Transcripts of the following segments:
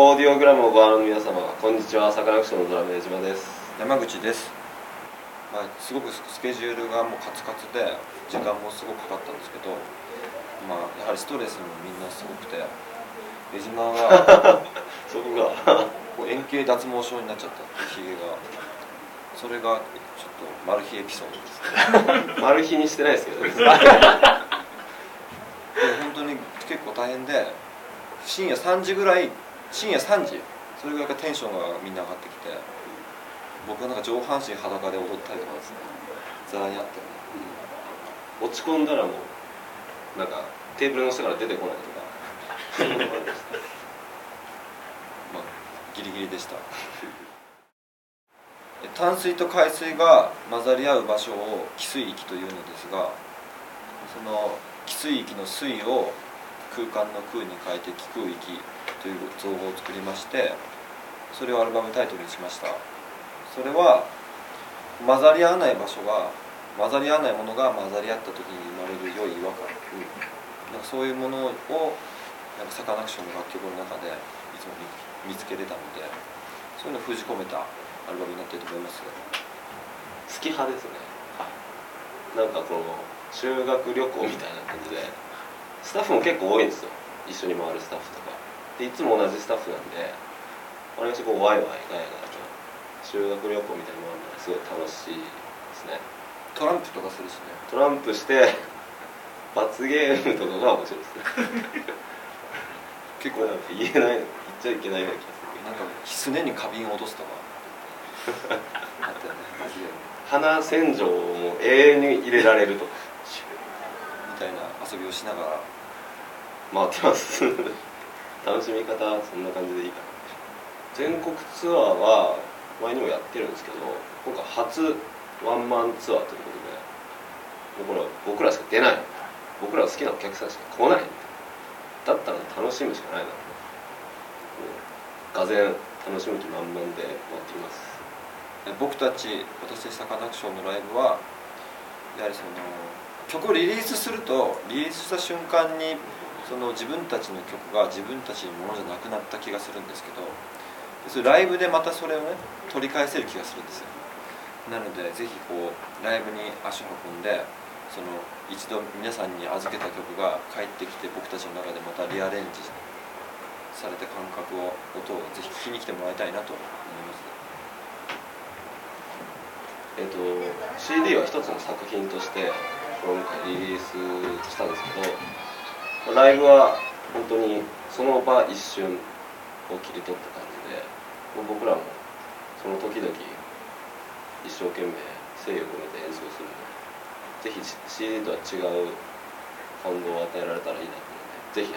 オーディオグラムをご覧の皆様、こんにちは。サカナクションのドラム江島です。 山口です。すごくスケジュールがもうカツカツで時間もすごくかかったんですけど、やはりストレスもみんなすごくて、江島がそこが円形脱毛症になっちゃったっていうヒゲが、それがちょっとマル秘エピソードです。 マル秘にしてないですけどね。 で本当に結構大変で、深夜3時、それぐらいからテンションがみんな上がってきて、僕はなんか上半身裸で踊ったりとかですね、ざらにあって、 落ち込んだらもうなんかテーブルの下から出てこないとかギリギリでした。淡水と海水が混ざり合う場所を汽水域というのですが、その汽水域の水を空間の空に変えて気空域という造語を作りまして、それをアルバムタイトルにしました。それは混ざり合わない場所が、混ざり合わないものが混ざり合った時に生まれる良い違和感、なんかそういうものをなんかサカナクションの楽曲の中でいつも見つけれたので、そういうのを封じ込めたアルバムになっていると思います。 好き派ですね。なんかこの修学旅行みたいな感じでスタッフも結構多いんですよ。一緒に回るスタッフとかで、いつも同じスタッフなんで、割とこうワイワイガヤガヤと修学旅行みたいなのもすごい楽しいですね。 トランプとかするしね。 トランプして罰ゲームとかが面白いですね。 結構言えないの、言っちゃいけないような気がする。 なんかすねに花瓶を落とすとかあったよね、罰ゲーム。 鼻洗浄をもう永遠に入れられるとかみたいな遊びをしながら回ってます。楽しみ方はそんな感じでいいかな。全国ツアーは前にもやってるんですけど、今回初ワンマンツアーということで、もうこれは僕らしか出ない、僕らが好きなお客さんしか来ない、だったら楽しむしかないなと、がぜん楽しむ気満々で回っています。 私サカナクションのライブはやはりその曲をリリースすると、リリースした瞬間にその自分たちの曲が自分たちのものじゃなくなった気がするんですけど、それライブでまたそれをね取り返せる気がするんですよ。なのでぜひこうライブに足を運んで、その一度皆さんに預けた曲が帰ってきて、僕たちの中でまたリアレンジされた感覚を、音をぜひ聴きに来てもらいたいなと思います。 CD は一つの作品として今回リリースしたんですけど、ライブは本当にその場一瞬を切り取った感じで、僕らもその時々一生懸命精を込めて演奏するので、ぜひ CD とは違う感動を与えられたらいいなと思うので、ぜひ遊びに来てほ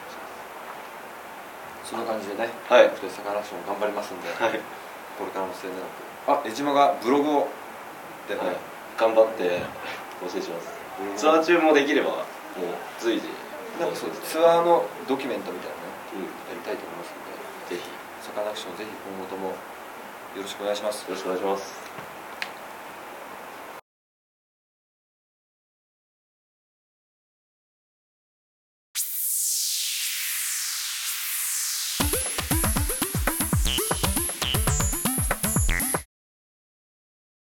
しいです。 そんな感じでね、 はい、 僕たちサカナクション頑張りますんで、 はい、 これからも末永く。江島がブログをで、 はい、頑張って更新します。ツアー中もできればもう随時なんかそうツアーのドキュメントみたいなの、やりたいと思いますので、 ぜひサカナクションぜひ今後ともよろしくお願いします。 よろしくお願いします。